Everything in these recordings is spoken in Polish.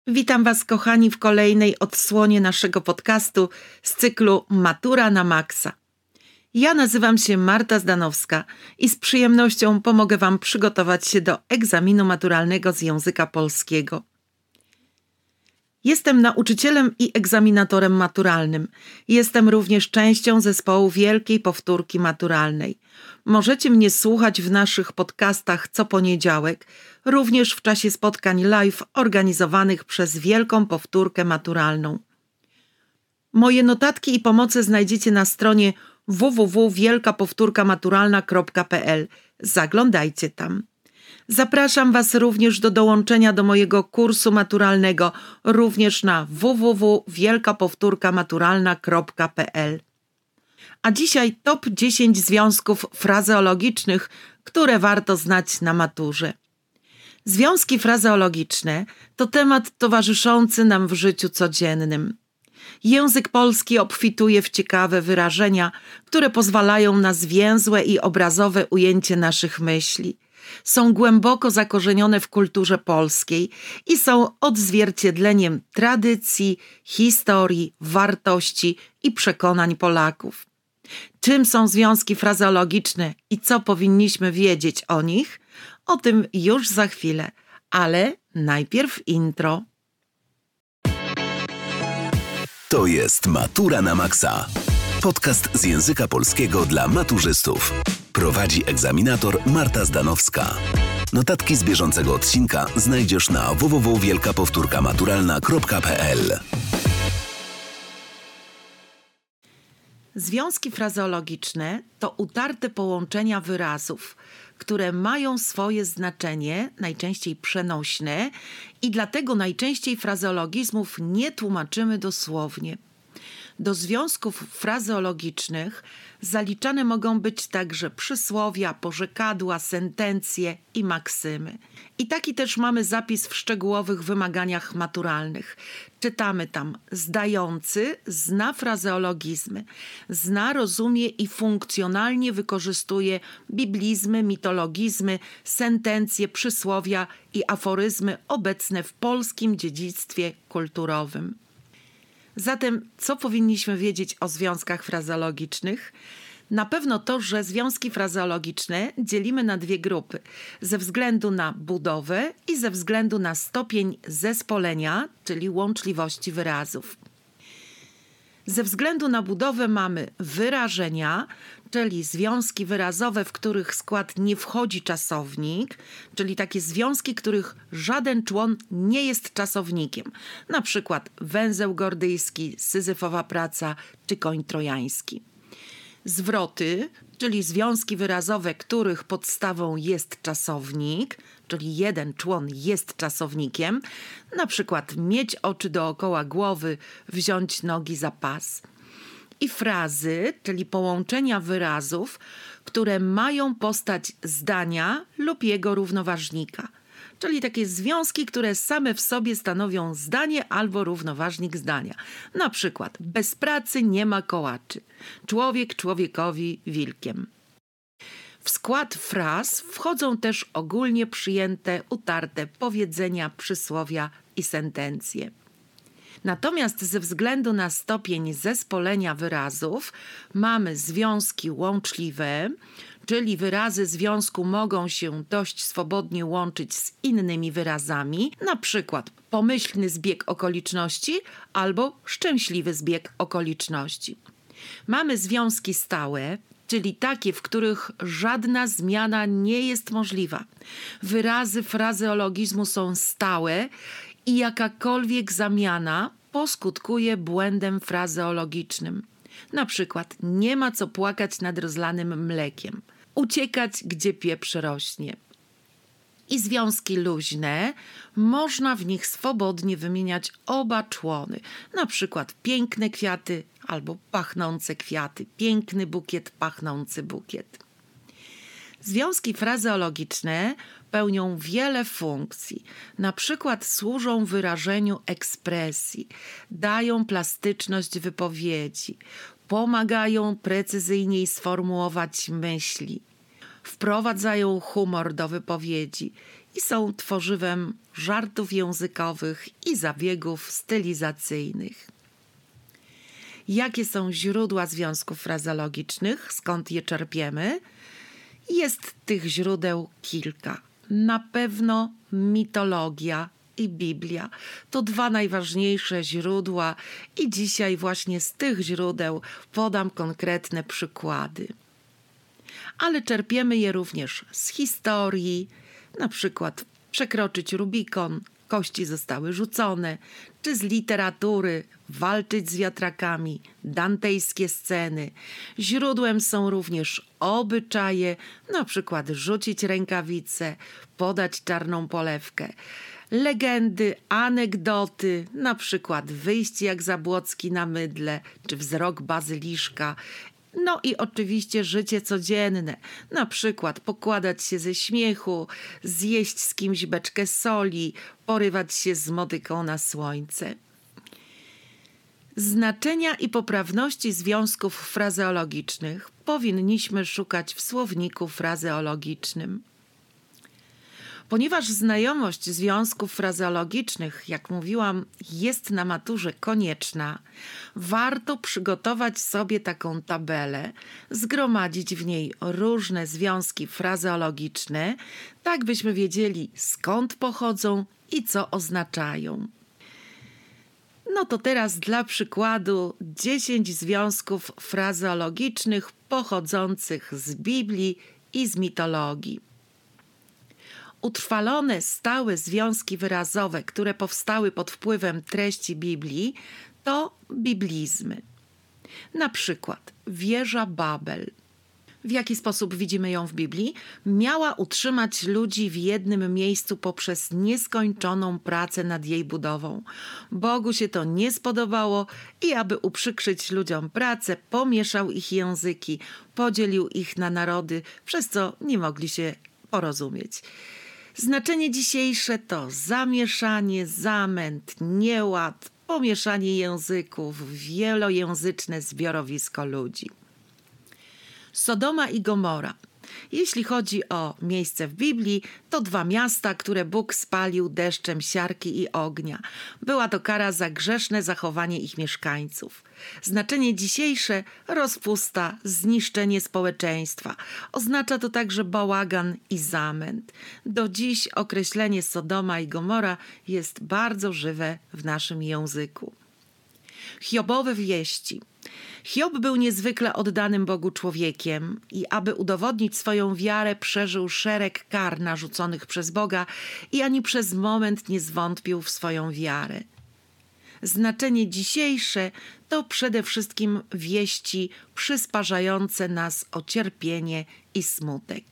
Witam Was, kochani, w kolejnej odsłonie naszego podcastu z cyklu Matura na Maksa. Ja nazywam się Marta Zdanowska i z przyjemnością pomogę Wam przygotować się do egzaminu maturalnego z języka polskiego. Jestem nauczycielem i egzaminatorem maturalnym. Jestem również częścią zespołu Wielkiej Powtórki Maturalnej. Możecie mnie słuchać w naszych podcastach co poniedziałek, również w czasie spotkań live organizowanych przez Wielką Powtórkę Maturalną. Moje notatki i pomoce znajdziecie na stronie www.wielkapowtórkamaturalna.pl. Zaglądajcie tam. Zapraszam Was również do dołączenia do mojego kursu maturalnego, również na www.wielkapowtórkamaturalna.pl. A dzisiaj top 10 związków frazeologicznych, które warto znać na maturze. Związki frazeologiczne to temat towarzyszący nam w życiu codziennym. Język polski obfituje w ciekawe wyrażenia, które pozwalają na zwięzłe i obrazowe ujęcie naszych myśli. Są głęboko zakorzenione w kulturze polskiej i są odzwierciedleniem tradycji, historii, wartości i przekonań Polaków. Czym są związki frazeologiczne i co powinniśmy wiedzieć o nich? O tym już za chwilę, ale najpierw intro. To jest Matura na Maksa. Podcast z języka polskiego dla maturzystów. Prowadzi egzaminator Marta Zdanowska. Notatki z bieżącego odcinka znajdziesz na www.wielkapowtórkamaturalna.pl. Związki frazeologiczne to utarte połączenia wyrazów, które mają swoje znaczenie, najczęściej przenośne, i dlatego najczęściej frazeologizmów nie tłumaczymy dosłownie. Do związków frazeologicznych zaliczane mogą być także przysłowia, porzekadła, sentencje i maksymy. I taki też mamy zapis w szczegółowych wymaganiach maturalnych. Czytamy tam: zdający zna frazeologizmy, zna, rozumie i funkcjonalnie wykorzystuje biblizmy, mitologizmy, sentencje, przysłowia i aforyzmy obecne w polskim dziedzictwie kulturowym. Zatem co powinniśmy wiedzieć o związkach frazeologicznych? Na pewno to, że związki frazeologiczne dzielimy na dwie grupy ze względu na budowę i ze względu na stopień zespolenia, czyli łączliwości wyrazów. Ze względu na budowę mamy wyrażenia, czyli związki wyrazowe, w których skład nie wchodzi czasownik, czyli takie związki, których żaden człon nie jest czasownikiem, na przykład węzeł gordyjski, syzyfowa praca czy koń trojański. Zwroty, czyli związki wyrazowe, których podstawą jest czasownik, czyli jeden człon jest czasownikiem, na przykład mieć oczy dookoła głowy, wziąć nogi za pas. I frazy, czyli połączenia wyrazów, które mają postać zdania lub jego równoważnika, czyli takie związki, które same w sobie stanowią zdanie albo równoważnik zdania. Na przykład bez pracy nie ma kołaczy, człowiek człowiekowi wilkiem. W skład fraz wchodzą też ogólnie przyjęte, utarte powiedzenia, przysłowia i sentencje. Natomiast ze względu na stopień zespolenia wyrazów mamy związki łączliwe, czyli wyrazy związku mogą się dość swobodnie łączyć z innymi wyrazami, na przykład pomyślny zbieg okoliczności albo szczęśliwy zbieg okoliczności. Mamy związki stałe, czyli takie, w których żadna zmiana nie jest możliwa. Wyrazy frazeologizmu są stałe i jakakolwiek zamiana poskutkuje błędem frazeologicznym. Na przykład nie ma co płakać nad rozlanym mlekiem. Uciekać, gdzie pieprz rośnie. I związki luźne, można w nich swobodnie wymieniać oba człony. Na przykład piękne kwiaty albo pachnące kwiaty. Piękny bukiet, pachnący bukiet. Związki frazeologiczne pełnią wiele funkcji. Na przykład służą wyrażeniu ekspresji, dają plastyczność wypowiedzi, pomagają precyzyjniej sformułować myśli, wprowadzają humor do wypowiedzi i są tworzywem żartów językowych i zabiegów stylizacyjnych. Jakie są źródła związków frazeologicznych? Skąd je czerpiemy? Jest tych źródeł kilka. Na pewno mitologia i Biblia to dwa najważniejsze źródła i dzisiaj właśnie z tych źródeł podam konkretne przykłady. Ale czerpiemy je również z historii, na przykład przekroczyć Rubikon, kości zostały rzucone, czy z literatury, walczyć z wiatrakami, dantejskie sceny. Źródłem są również obyczaje, na przykład rzucić rękawice, podać czarną polewkę. Legendy, anegdoty, na przykład wyjść jak Zabłocki na mydle, czy wzrok bazyliszka. No i oczywiście życie codzienne, na przykład pokładać się ze śmiechu, zjeść z kimś beczkę soli, porywać się z motyką na słońce. Znaczenia i poprawności związków frazeologicznych powinniśmy szukać w słowniku frazeologicznym. Ponieważ znajomość związków frazeologicznych, jak mówiłam, jest na maturze konieczna, warto przygotować sobie taką tabelę, zgromadzić w niej różne związki frazeologiczne, tak byśmy wiedzieli, skąd pochodzą i co oznaczają. No to teraz dla przykładu 10 związków frazeologicznych pochodzących z Biblii i z mitologii. Utrwalone, stałe związki wyrazowe, które powstały pod wpływem treści Biblii, to biblizmy. Na przykład wieża Babel. W jaki sposób widzimy ją w Biblii? Miała utrzymać ludzi w jednym miejscu poprzez nieskończoną pracę nad jej budową. Bogu się to nie spodobało i aby uprzykrzyć ludziom pracę, pomieszał ich języki, podzielił ich na narody, przez co nie mogli się porozumieć. Znaczenie dzisiejsze to zamieszanie, zamęt, nieład, pomieszanie języków, wielojęzyczne zbiorowisko ludzi. Sodoma i Gomora. Jeśli chodzi o miejsce w Biblii, to 2 miasta, które Bóg spalił deszczem siarki i ognia. Była to kara za grzeszne zachowanie ich mieszkańców. Znaczenie dzisiejsze rozpusta, zniszczenie społeczeństwa. Oznacza to także bałagan i zamęt. Do dziś określenie Sodoma i Gomora jest bardzo żywe w naszym języku. Hiobowe wieści. Hiob był niezwykle oddanym Bogu człowiekiem i aby udowodnić swoją wiarę, przeżył szereg kar narzuconych przez Boga i ani przez moment nie zwątpił w swoją wiarę. Znaczenie dzisiejsze to przede wszystkim wieści przysparzające nas o cierpienie i smutek.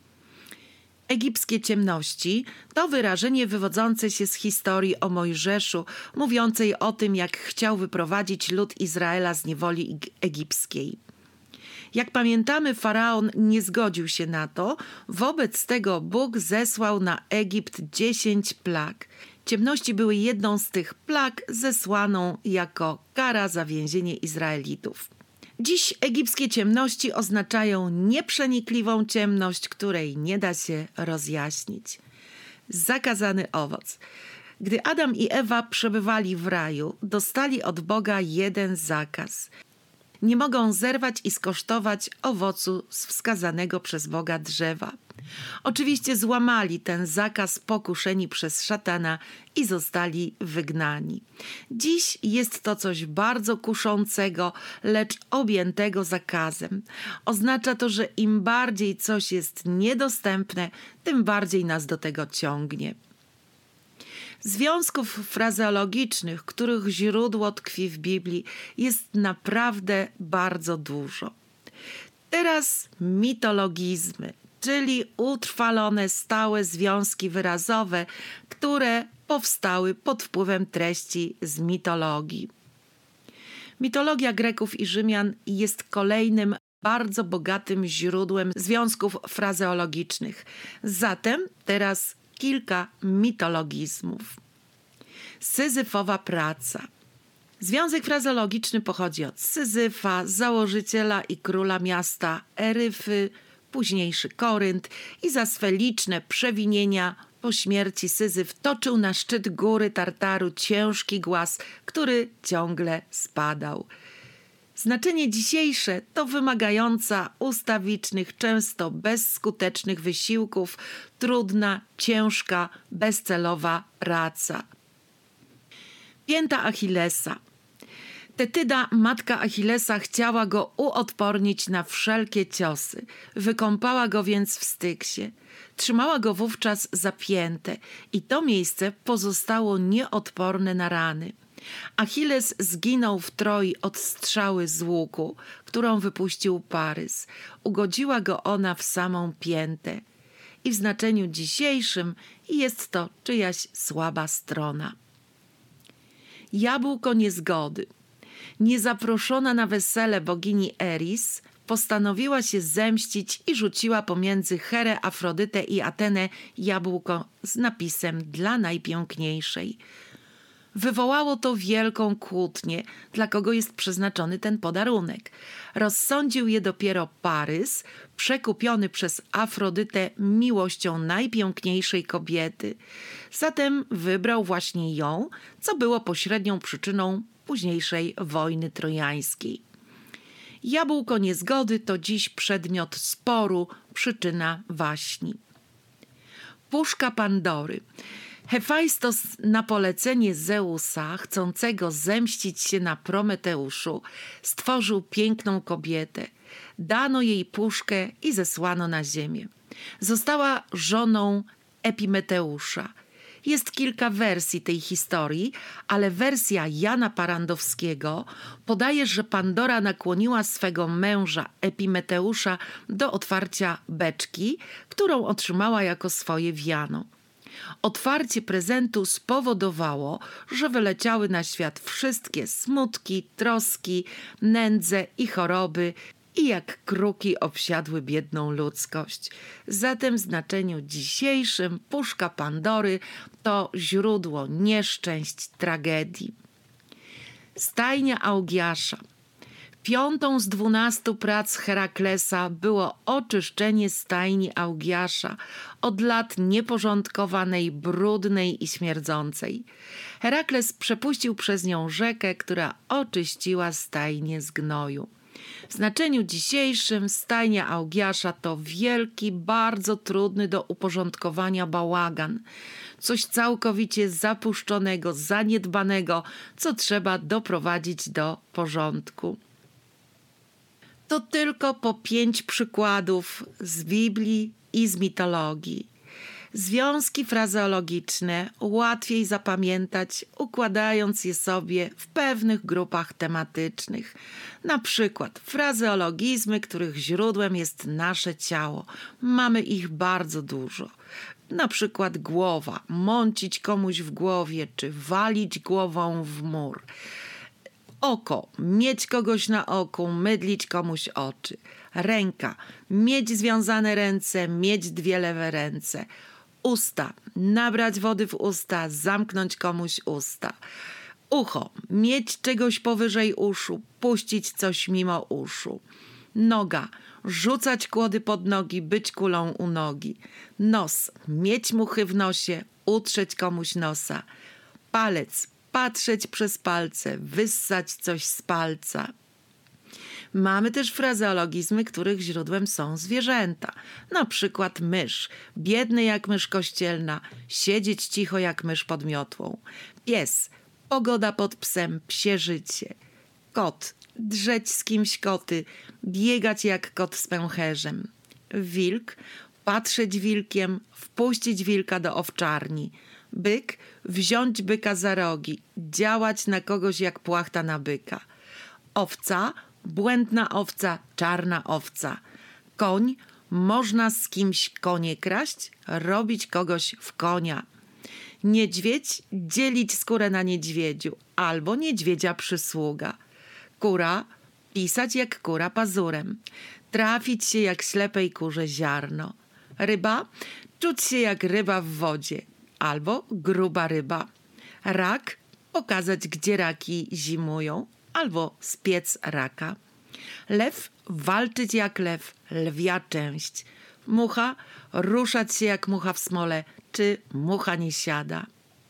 Egipskie ciemności to wyrażenie wywodzące się z historii o Mojżeszu, mówiącej o tym, jak chciał wyprowadzić lud Izraela z niewoli egipskiej. Jak pamiętamy, faraon nie zgodził się na to, wobec tego Bóg zesłał na Egipt 10 plag. Ciemności były jedną z tych plag zesłaną jako kara za więzienie Izraelitów. Dziś egipskie ciemności oznaczają nieprzenikliwą ciemność, której nie da się rozjaśnić. Zakazany owoc. Gdy Adam i Ewa przebywali w raju, dostali od Boga jeden zakaz. Nie mogą zerwać i skosztować owocu z wskazanego przez Boga drzewa. Oczywiście złamali ten zakaz pokuszeni przez szatana i zostali wygnani. Dziś jest to coś bardzo kuszącego, lecz objętego zakazem. Oznacza to, że im bardziej coś jest niedostępne, tym bardziej nas do tego ciągnie. Związków frazeologicznych, których źródło tkwi w Biblii, jest naprawdę bardzo dużo. Teraz mitologizmy, czyli utrwalone stałe związki wyrazowe, które powstały pod wpływem treści z mitologii. Mitologia Greków i Rzymian jest kolejnym bardzo bogatym źródłem związków frazeologicznych. Zatem teraz kilka mitologizmów. Syzyfowa praca. Związek frazeologiczny pochodzi od Syzyfa, założyciela i króla miasta Eryfy, późniejszy Korynt, i za swe liczne przewinienia Po śmierci Syzyf toczył na szczyt góry Tartaru ciężki głaz, który ciągle spadał. Znaczenie dzisiejsze to wymagająca ustawicznych, często bezskutecznych wysiłków, trudna, ciężka, bezcelowa praca. Pięta Achillesa. Tetyda, matka Achillesa, chciała go uodpornić na wszelkie ciosy. Wykąpała go więc w Styksie. Trzymała go wówczas za piętę i to miejsce pozostało nieodporne na rany. Achilles zginął w Troi od strzały z łuku, którą wypuścił Parys. Ugodziła go ona w samą piętę. I w znaczeniu dzisiejszym jest to czyjaś słaba strona. Jabłko niezgody. Niezaproszona na wesele bogini Eris postanowiła się zemścić i rzuciła pomiędzy Herę, Afrodytę i Atenę jabłko z napisem dla najpiękniejszej. Wywołało to wielką kłótnię, dla kogo jest przeznaczony ten podarunek. Rozsądził je dopiero Parys, przekupiony przez Afrodytę miłością najpiękniejszej kobiety. Zatem wybrał właśnie ją, co było pośrednią przyczyną późniejszej wojny trojańskiej. Jabłko niezgody to dziś przedmiot sporu, przyczyna waśni. Puszka Pandory. Hefajstos na polecenie Zeusa, chcącego zemścić się na Prometeuszu, stworzył piękną kobietę. Dano jej puszkę i zesłano na ziemię. Została żoną Epimeteusza. Jest kilka wersji tej historii, ale wersja Jana Parandowskiego podaje, że Pandora nakłoniła swego męża Epimeteusza do otwarcia beczki, którą otrzymała jako swoje wiano. Otwarcie prezentu spowodowało, że wyleciały na świat wszystkie smutki, troski, nędze i choroby i jak kruki obsiadły biedną ludzkość. Zatem w znaczeniu dzisiejszym puszka Pandory to źródło nieszczęść, tragedii. Stajnia Augiasza. 5. z 12 prac Heraklesa było oczyszczenie stajni Augiasza od lat nieporządkowanej, brudnej i śmierdzącej. Herakles przepuścił przez nią rzekę, która oczyściła stajnię z gnoju. W znaczeniu dzisiejszym stajnia Augiasza to wielki, bardzo trudny do uporządkowania bałagan. Coś całkowicie zapuszczonego, zaniedbanego, co trzeba doprowadzić do porządku. To tylko po 5 przykładów z Biblii i z mitologii. Związki frazeologiczne łatwiej zapamiętać, układając je sobie w pewnych grupach tematycznych. Na przykład frazeologizmy, których źródłem jest nasze ciało. Mamy ich bardzo dużo. Na przykład głowa, mącić komuś w głowie, czy walić głową w mur. Oko, mieć kogoś na oku, mydlić komuś oczy. Ręka, mieć związane ręce, mieć 2 lewe ręce. Usta, nabrać wody w usta, zamknąć komuś usta. Ucho, mieć czegoś powyżej uszu, puścić coś mimo uszu. Noga, rzucać kłody pod nogi, być kulą u nogi. Nos, mieć muchy w nosie, utrzeć komuś nosa. Palec, patrzeć przez palce, wyssać coś z palca. Mamy też frazeologizmy, których źródłem są zwierzęta. Na przykład mysz, biedny jak mysz kościelna, siedzieć cicho jak mysz pod miotłą. Pies, pogoda pod psem, psie życie. Kot, drzeć z kimś koty, biegać jak kot z pęcherzem. Wilk, patrzeć wilkiem, wpuścić wilka do owczarni. Byk, wziąć byka za rogi, działać na kogoś jak płachta na byka. Owca, błędna owca, czarna owca. Koń, można z kimś konie kraść, robić kogoś w konia. Niedźwiedź, dzielić skórę na niedźwiedziu, albo niedźwiedzia przysługa. Kura, pisać jak kura pazurem. Trafić się jak ślepej kurze ziarno. Ryba, czuć się jak ryba w wodzie, albo gruba ryba. Rak, pokazać gdzie raki zimują, albo spiec raka. Lew, walczyć jak lew, lwia część. Mucha, ruszać się jak mucha w smole, czy mucha nie siada.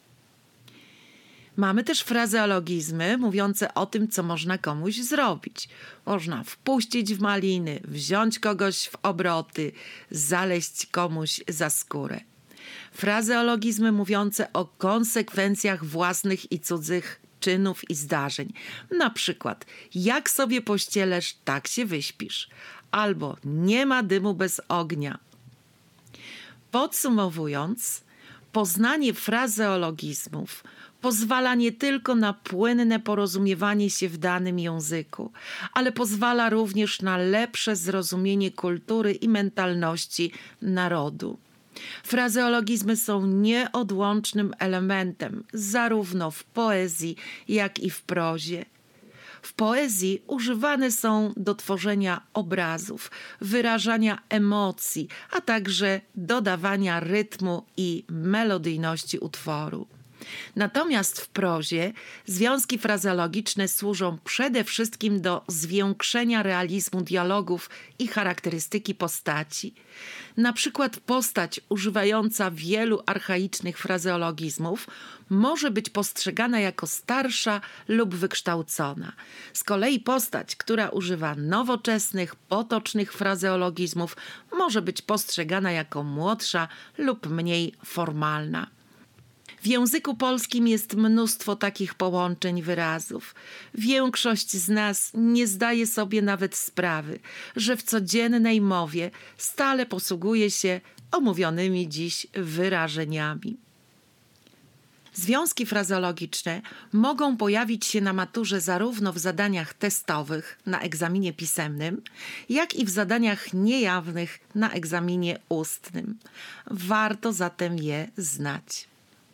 Mamy też frazeologizmy mówiące o tym, co można komuś zrobić. Można wpuścić w maliny, wziąć kogoś w obroty, zaleść komuś za skórę. Frazeologizmy mówiące o konsekwencjach własnych i cudzych czynów i zdarzeń. Na przykład, jak sobie pościelesz, tak się wyśpisz. Albo nie ma dymu bez ognia. Podsumowując, poznanie frazeologizmów pozwala nie tylko na płynne porozumiewanie się w danym języku, ale pozwala również na lepsze zrozumienie kultury i mentalności narodu. Frazeologizmy są nieodłącznym elementem zarówno w poezji, jak i w prozie. W poezji używane są do tworzenia obrazów, wyrażania emocji, a także dodawania rytmu i melodyjności utworu. Natomiast w prozie związki frazeologiczne służą przede wszystkim do zwiększenia realizmu dialogów i charakterystyki postaci. Na przykład postać używająca wielu archaicznych frazeologizmów może być postrzegana jako starsza lub wykształcona. Z kolei postać, która używa nowoczesnych, potocznych frazeologizmów, może być postrzegana jako młodsza lub mniej formalna. W języku polskim jest mnóstwo takich połączeń wyrazów. Większość z nas nie zdaje sobie nawet sprawy, że w codziennej mowie stale posługuje się omówionymi dziś wyrażeniami. Związki frazeologiczne mogą pojawić się na maturze zarówno w zadaniach testowych na egzaminie pisemnym, jak i w zadaniach niejawnych na egzaminie ustnym. Warto zatem je znać.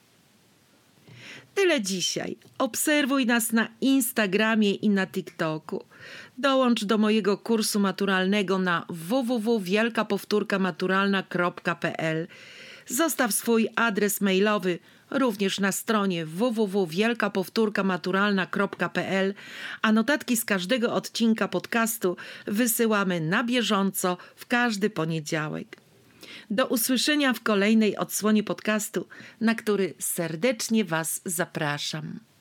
Tyle dzisiaj. Obserwuj nas na Instagramie i na TikToku. Dołącz do mojego kursu maturalnego na www.wielkapowtórkamaturalna.pl. Zostaw swój adres mailowy również na stronie www.wielkapowtórkamaturalna.pl, a notatki z każdego odcinka podcastu wysyłamy na bieżąco w każdy poniedziałek. Do usłyszenia w kolejnej odsłonie podcastu, na który serdecznie Was zapraszam.